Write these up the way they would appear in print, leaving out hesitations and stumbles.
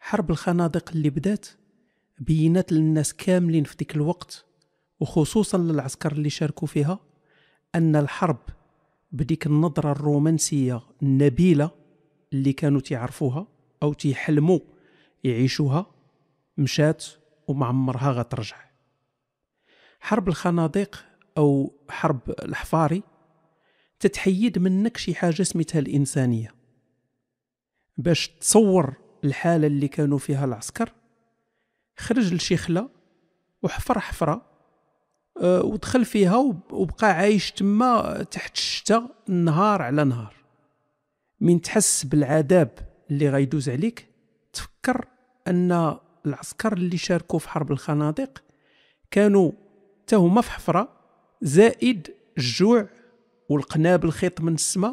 حرب الخنادق اللي بدات بينات للناس كاملين في ذيك الوقت، وخصوصا للعسكر اللي شاركوا فيها، أن الحرب بديك النظرة الرومانسية النبيلة اللي كانوا تيعرفوها أو تيحلموا يعيشوها مشات ومعمرها غترجع. حرب الخنادق أو حرب الحفاري تتحيد منك شي حاجة سميتها الإنسانية. باش تصور الحالة اللي كانوا فيها العسكر، خرج لشي خلا وحفر حفرة ودخل فيها وبقى عايش تما تحت الشتاء نهار على نهار. من تحس بالعذاب اللي غيدوز عليك تفكر أن العسكر اللي شاركوا في حرب الخنادق كانوا تهما في حفرة، زائد الجوع والقنابل خيط من السماء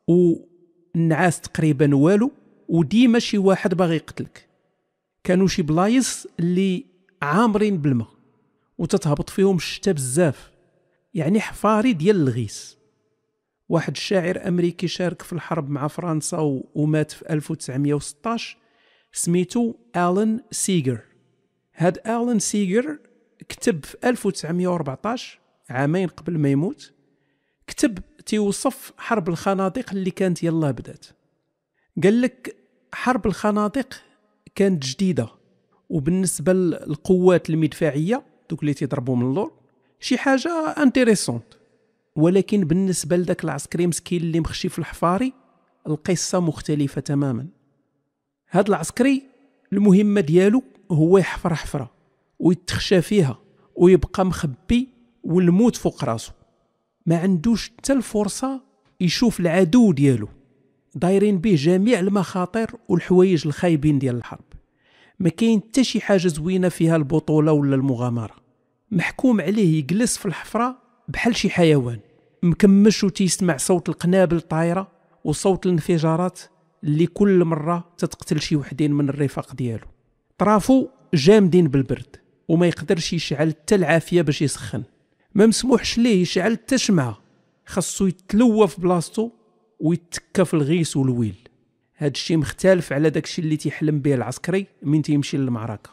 والنعاس تقريبا والو، وديما شي واحد باغي يقتلك. كانوا شي بلايص اللي عامرين بالماء وتتهبط فيهم الشتاء بزاف، يعني حفاري ديال الغيس. واحد الشاعر أمريكي شارك في الحرب مع فرنسا ومات في 1916 سميتو آلان سيغر. هاد آلان سيغر كتب في 1914 عامين قبل ما يموت، كتب تيوصف حرب الخنادق اللي كانت يلا بدات. قال لك حرب الخنادق كانت جديدة، وبالنسبة للقوات المدفعية دوك اللي تيضربوا من اللور شي حاجة انتريسونت، ولكن بالنسبة لذاك العسكري مسكين اللي مخشي في الحفاري القصة مختلفة تماما. هاد العسكري المهمة ديالو هو يحفر حفرة ويتخشى فيها ويبقى مخبي والموت فوق راسه، ما عندوش حتى الفرصة يشوف العدو ديالو. دايرين به جميع المخاطر والحوايج الخايبين ديال الحرب، ما كاين حتى شي حاجة زوينة فيها البطولة ولا المغامرة. محكوم عليه يجلس في الحفرة بحال شي حيوان مكمش وتيسمع صوت القنابل طايرة وصوت الانفجارات اللي كل مرة تتقتل شي وحدين من الرفاق ديالو. طرافو جامدين بالبرد وما يقدرش يشعل حتى العافية باش يسخن، ما مسموحش ليه يشعل حتى شمعة، خاصو يتلوى في بلاصتو ويتكى في الغيس والويل. هاد الشيء مختلف على داكشي اللي تيحلم به العسكري من تيمشي للمعركة.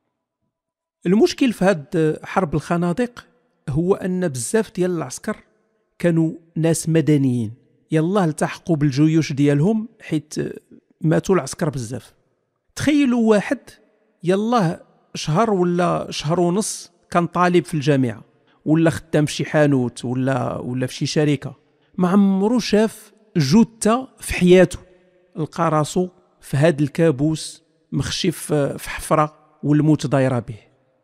المشكل في هاد حرب الخنادق هو أن بزاف ديال العسكر كانوا ناس مدنيين، يلا التحقوا بالجيوش ديالهم حيت ماتوا العسكر بزاف. تخيلوا واحد يلا شهر ولا شهر ونص كان طالب في الجامعة ولا خدام في شي حانوت ولا في شي شركة، ما عمرو شاف جثة في حياته، لقى راسو في هاد الكابوس مخشي في حفرة والموت دايره به.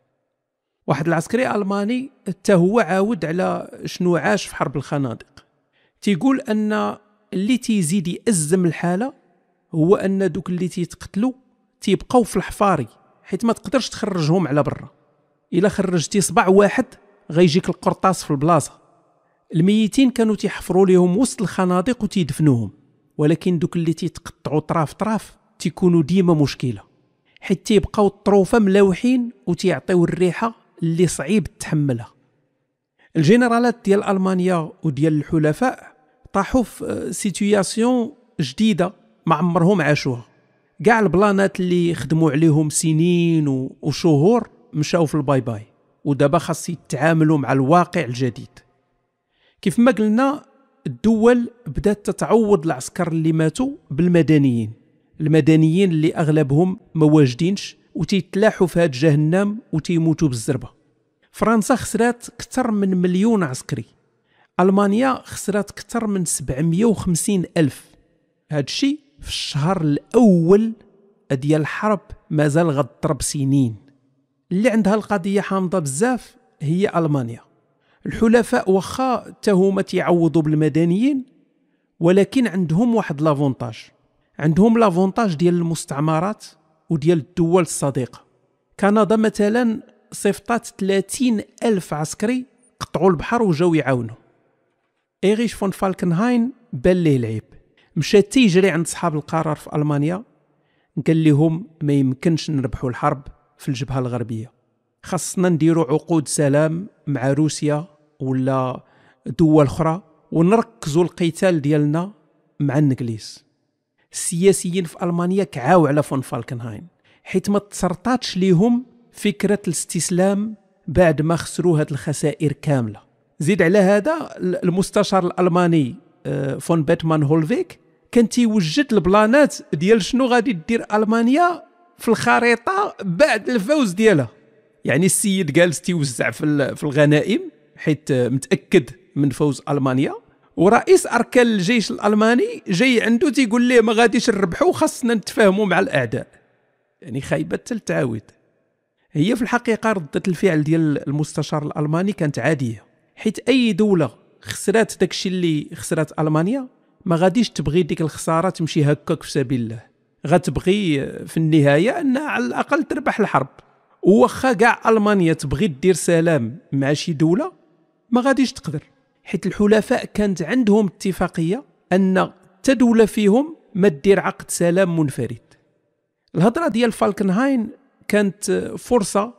واحد العسكري ألماني حتى هو عاود على شنو عاش في حرب الخنادق، تيقول أن اللي تيزيد يأزم الحالة هو أن دوك اللي تيتقتلوا تيبقاو في الحفاري حيت ما تقدرش تخرجهم على برا. إلا خرجتي صبع واحد غيجيك القرطاس في البلاصة. الميتين كانوا تيحفروا لهم وسط الخنادق وتيدفنوهم، ولكن دوك اللي تيتقطعوا طراف تيكونوا ديما مشكلة حيت تيبقاو الطروفة ملوحين وتيعطيو الريحة اللي صعيب تحملها. الجنرالات ديال ألمانيا وديال الحلفاء طاحوا في سيتوياسيون جديدة ما عمرهم عاشوها. كاع البلانات اللي خدموا عليهم سنين وشهور مشاو في الباي باي، ودابا خاص يتعاملوا مع الواقع الجديد. كيف ما قلنا الدول بدات تتعوض العسكر اللي ماتوا بالمدنيين، المدنيين اللي أغلبهم ما واجدينش وتيتلاحوا في هاد جهنم وتيموتوا بالزربة. فرنسا خسرات أكثر من 1,000,000 عسكري، ألمانيا خسرات أكثر من 750,000. هاد الشيء في الشهر الأول ديال الحرب مازال غضرب سنين. اللي عندها القضية حامضة بزاف هي ألمانيا. الحلفاء واخا تهما تيعوضوا بالمدنيين، ولكن عندهم واحد لافونتاج، عندهم لافونتاج ديال المستعمرات وديال الدول الصديقة. كندا مثلا صيفطات 30,000 عسكري قطعوا البحر وجاو يعاونوا. إيريش فون فالكنهاين بان ليه العيب، مشى تيجري عند صحاب القرار في ألمانيا، قال لهم ما يمكنش نربحوا الحرب في الجبهة الغربية، خاصنا نديروا عقود سلام مع روسيا ولا دول أخرى ونركزوا القتال ديالنا مع الإنجليز. السياسيين في ألمانيا كعاو على فون فالكنهاين، حيت ما تسرطاتش ليهم فكرة الاستسلام بعد ما خسروا هاد الخسائر كاملة. زيد على هذا المستشار الألماني فون بيتمان هولفيك كان تيوجد البلانات ديال شنو غادي دير ألمانيا في الخريطة بعد الفوز ديالها. يعني السيد جالس تيوزع في الغنائم حيت متأكد من فوز ألمانيا، ورئيس أركان الجيش الألماني جاي عنده تيقول ليه ما غاديش نربحوا، خاصنا نتفاهموا مع الأعداء. يعني خايبة التعاود. هي في الحقيقة ردة الفعل ديال المستشار الألماني كانت عادية، حيت أي دولة خسرات داكشي اللي خسرات ألمانيا ما غاديش تبغي ديك الخسارة تمشي هكاك في سبيل الله، غتبغي في النهاية أنها على الأقل تربح الحرب. وواخا كاع ألمانيا تبغي دير سلام مع شي دولة ما غاديش تقدر، حيت الحلفاء كانت عندهم اتفاقية أن تدولة فيهم ما دير عقد سلام منفرد. الهضرة ديال فالكنهاين كانت فرصة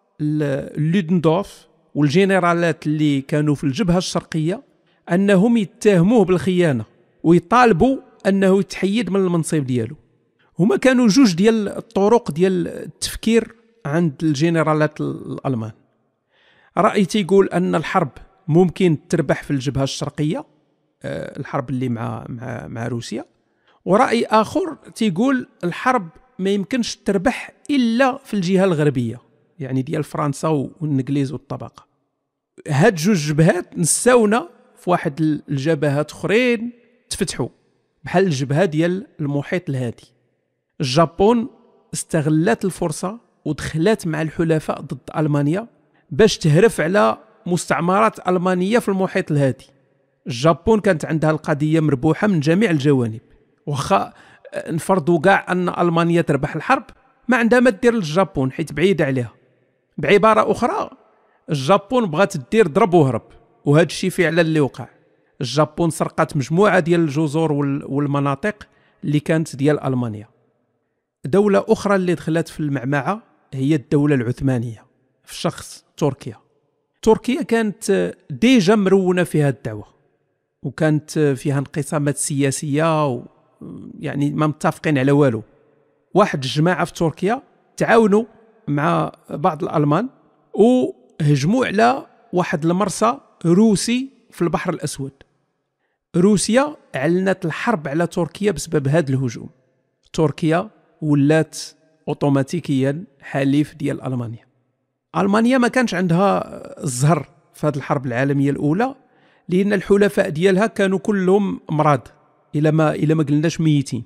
لودندورف والجنرالات اللي كانوا في الجبهة الشرقية أنهم يتهموه بالخيانة ويطالبوا أنه يتحيد من المنصب ديالو. هما كانوا جوج ديال الطرق ديال التفكير عند الجنرالات الألمان. رأي تيقول أن الحرب ممكن تربح في الجبهة الشرقية، الحرب اللي مع روسيا، ورأي آخر تيقول الحرب ما يمكنش تربح إلا في الجهة الغربية، يعني ديال فرنسا والإنجليز والطبقة. هاد جوج جبهات نساونا في واحد الجبهات أخرين تفتحوا بحال الجبهة ديال المحيط الهادي. الجابون استغلت الفرصة ودخلت مع الحلفاء ضد ألمانيا باش تهرف على مستعمرات ألمانية في المحيط الهادي. الجابون كانت عندها القضية مربوحة من جميع الجوانب، وخا نفرضوا كاع أن ألمانيا تربح الحرب ما عندها ما دير للجابون حيت بعيدة عليها. بعبارة أخرى الجابون بغات دير ضرب وهرب، وهذا الشيء فعلا اللي وقع. الجابون سرقت مجموعة ديال الجزر والمناطق اللي كانت ديال ألمانيا. دولة أخرى اللي دخلت في المعمعة هي الدولة العثمانية في شخص تركيا. تركيا كانت ديجا مرونة في هذه الدعوة، وكانت فيها انقسامات سياسية يعني ما متفقين على والو. واحد الجماعة في تركيا تعاونوا مع بعض الألمان وهجموا على واحد المرسى روسي في البحر الأسود. روسيا أعلنت الحرب على تركيا بسبب هذا الهجوم. تركيا ولات أوتوماتيكيا حليف ديال ألمانيا. ألمانيا ما كانش عندها الزهر في هذه الحرب العالمية الأولى، لأن الحلفاء ديالها كانوا كلهم مرض إلى ما قلناش ميتين.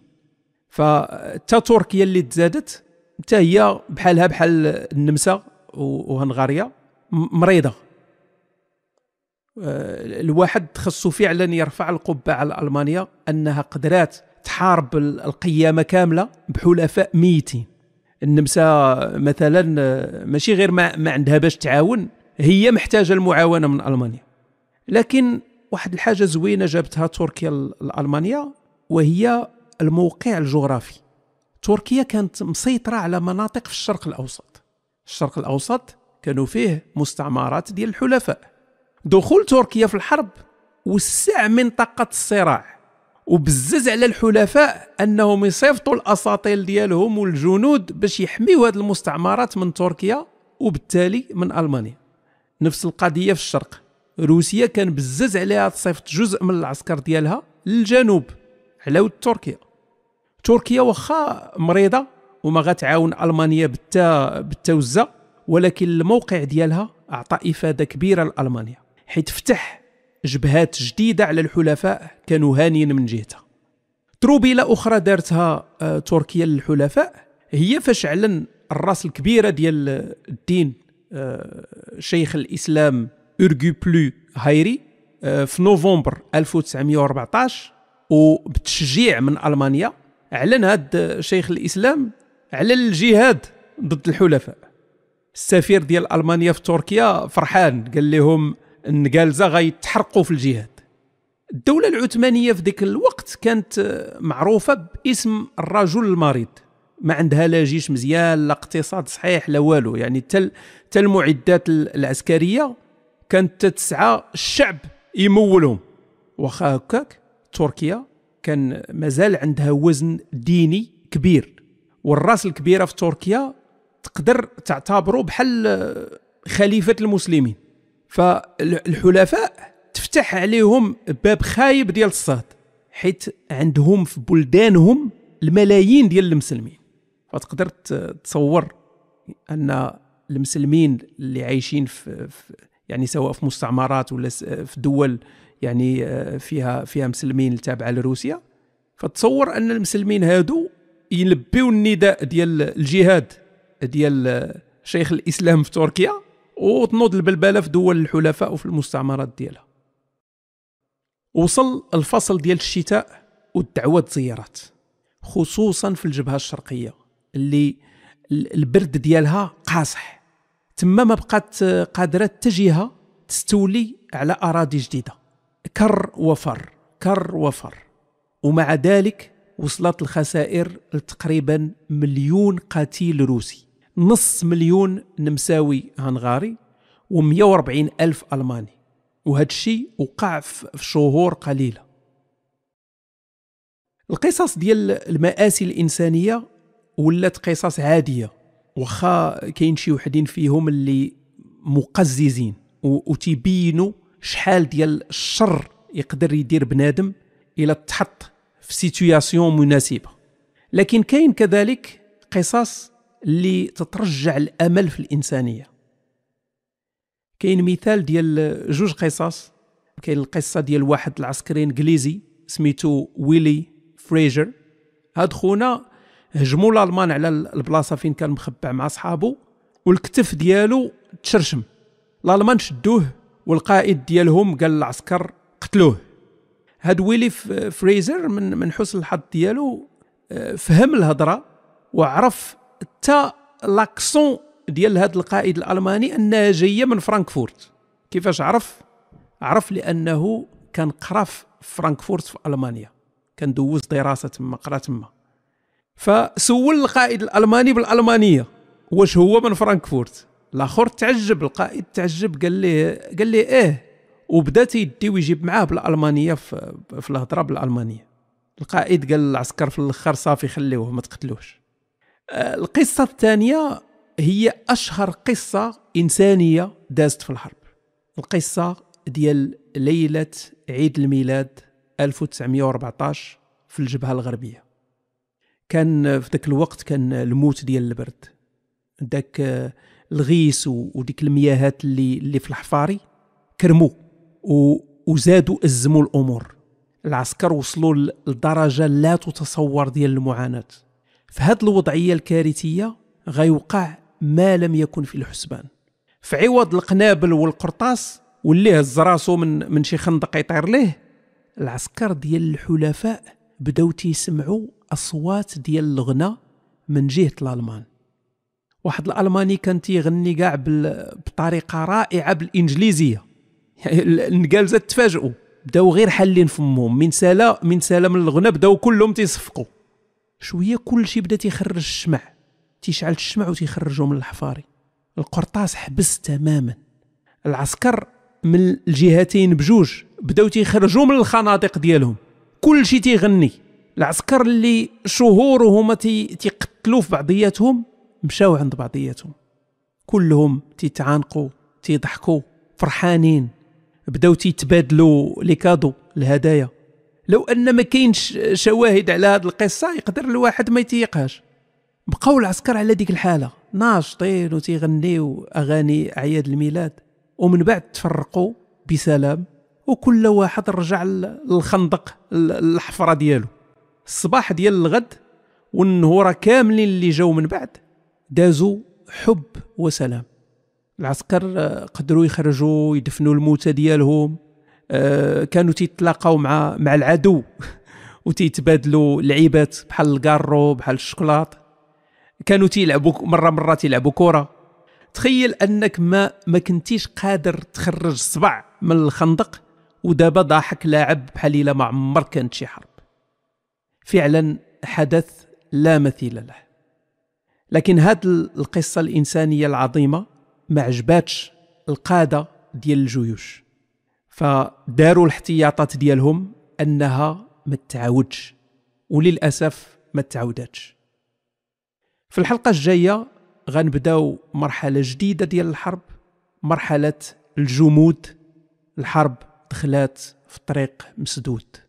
فتا تركيا اللي تزادت حتى هي بحالها بحال النمسا وهنغاريا مريضة. الواحد خصو فعلا يرفع القبعة على ألمانيا أنها قدرات تحارب القيامة كاملة بحلفاء ميتين. النمسا مثلا ماشي غير ما عندها باش تعاون، هي محتاجة المعاونة من ألمانيا. لكن واحد الحاجة زوينة جابتها تركيا لألمانيا وهي الموقع الجغرافي. تركيا كانت مسيطرة على مناطق في الشرق الأوسط. الشرق الأوسط كانوا فيه مستعمرات ديال الحلفاء. دخول تركيا في الحرب وسع منطقة الصراع وبزز على الحلفاء أنهم يصيفطوا الأساطيل ديالهم والجنود باش يحميوا هذه المستعمرات من تركيا وبالتالي من ألمانيا. نفس القضية في الشرق. روسيا كان بزز عليها تصيفط جزء من العسكر ديالها للجنوب على ود تركيا. تركيا واخا مريضة وما غتعاون ألمانيا بالتوزة، ولكن الموقع ديالها أعطى إفادة كبيرة لألمانيا حيث فتح جبهات جديدة على الحلفاء كانوا هانين من جهتها. تروبيلة أخرى دارتها تركيا للحلفاء هي فاش أعلن الراس الكبيرة ديال الدين شيخ الإسلام أرغوبلو هايري في نوفمبر 1914 وبتشجيع من ألمانيا أعلن هذا شيخ الإسلام على الجهاد ضد الحلفاء. السفير ديال ألمانيا في تركيا فرحان، قال لهم النقالزة غيتحرقوا في الجهاد. الدولة العثمانية في ذاك الوقت كانت معروفة باسم الرجل المريض، ما عندها لا جيش مزيان لا اقتصاد صحيح لا والو. يعني حتى المعدات العسكرية كانت تسعى الشعب يمولهم. واخا هكاك تركيا كان مازال عندها وزن ديني كبير، والراس الكبيرة في تركيا تقدر تعتبره بحال خليفة المسلمين. فالحلفاء تفتح عليهم باب خايب ديال الصاد، حيث عندهم في بلدانهم الملايين ديال المسلمين. فتقدر تصور أن المسلمين اللي عايشين في يعني سواء في مستعمرات ولا في دول يعني فيها مسلمين تابعة لروسيا، فتصور أن المسلمين هادو يلبيو النداء ديال الجهاد ديال شيخ الإسلام في تركيا وتنوض البلبلة في دول الحلفاء وفي المستعمرات ديالها. وصل الفصل ديال الشتاء والدعوة زيارات، خصوصا في الجبهة الشرقية اللي البرد ديالها قاصح، تما ما بقات قادرة تجيها تستولي على أراضي جديدة، كر وفر كر وفر. ومع ذلك وصلت الخسائر لتقريبا 1,000,000 قتيل روسي، 500,000 نمساوي هنغاري، و140,000 ألماني. وهذا الشيء وقع في شهور قليلة. القصص ديال المآسي الإنسانية ولات قصص عادية، وخا كاين شي وحدين فيهم اللي مقززين وتبينوا شحال ديال الشر يقدر يدير بنادم إلى تحط في سيتوياسيون مناسبة. لكن كاين كذلك قصص اللي تترجع الأمل في الإنسانية. كاين مثال ديال جوج قصص. كاين القصة ديال واحد العسكري انجليزي سميتو ويلي فريجر. هاد خونا هجموا الالمان على البلاصه فين كان مخبع مع صحابه، والكتف ديالو تشرشم. الالمان شدوه والقائد ديالهم قال للعسكر قتلوه. هاد ويلي فريزر من حسن الحظ ديالو فهم الهضره وعرف حتى لاكسون ديال هاد القائد الالماني انها جايه من فرانكفورت. كيفاش عرف لانه كان قرا في فرانكفورت في المانيا، كان دوز دراسه تما، قرا تما. فسول القائد الالماني بالالمانيه واش هو من فرانكفورت. الاخر تعجب، القائد تعجب، قال لي ايه، وبدا تيدي ويجيب معاه بالالمانيه في الهضره بالالمانيه. القائد قال للعسكر في الاخر صافي خليوه ما تقتلوش. القصه الثانيه هي اشهر قصه انسانيه دازت في الحرب، القصه ديال ليله عيد الميلاد 1914 في الجبهه الغربيه. كان في ذاك الوقت كان الموت ديال البرد، داك الغيس وديك المياهات اللي في الحفاري كرموا وزادوا أزموا الأمور. العسكر وصلوا لدرجة لا تتصور ديال المعاناة. في هذه الوضعية الكارثية غيوقع ما لم يكن في الحسبان. في عوض القنابل والقرطاس واللي هز راسو من شي خندق يطير ليه، العسكر ديال الحلفاء بداو تيسمعوا أصوات ديال الغنى من جهة الألمان. واحد الألماني كان تيغني كاع بطريقة رائعة بالإنجليزية. النقالزات تفاجئوا، بداو غير حالين فمهم من سالة من الغنى، بداو كلهم تيصفقوا. شوية كل شيء بدا تيخرج الشمع، تيشعل الشمع وتيخرجوا من الحفاري. القرطاس حبس تماما. العسكر من الجهتين بجوج بداو تيخرجوا من الخنادق ديالهم، كل شيء تيغني. العسكر اللي شهور وهما تيقتلوا في بعضياتهم مشاو عند بعضياتهم، كلهم تيتعانقوا تيضحكوا فرحانين، بداو تيتبادلوا لي كادو الهدايا. لو ان ما كاينش شواهد على هذه القصه يقدر الواحد ما يتيقهاش. بقاو العسكر على ديك الحاله ناشطين وتيغنيو اغاني اعياد الميلاد، ومن بعد تفرقوا بسلام وكل واحد رجع للخندق الحفره ديالو. الصباح ديال الغد والنهورة كاملين اللي جاو من بعد دازوا حب وسلام. العسكر قدروا يخرجوا يدفنوا الموتى ديالهم، كانوا تيتلاقاو مع العدو وتيتبادلوا لعيبات بحال الكارو بحال الشوكولات، كانوا تيلعبوا مرة تيلعبوا كرة. تخيل أنك ما كنتيش قادر تخرج صبع من الخندق ودابا ضاحك لاعب بحال إلا ما عمر كانت شي حرب. فعلا حدث لا مثيل له. لكن هذه القصة الإنسانية العظيمة ما عجباتش القادة ديال الجيوش، فداروا الاحتياطات ديالهم أنها ما تعاودش، وللأسف ما تعاوداتش. في الحلقة الجاية غنبداو مرحلة جديدة ديال الحرب، مرحلة الجمود. الحرب دخلات في طريق مسدود.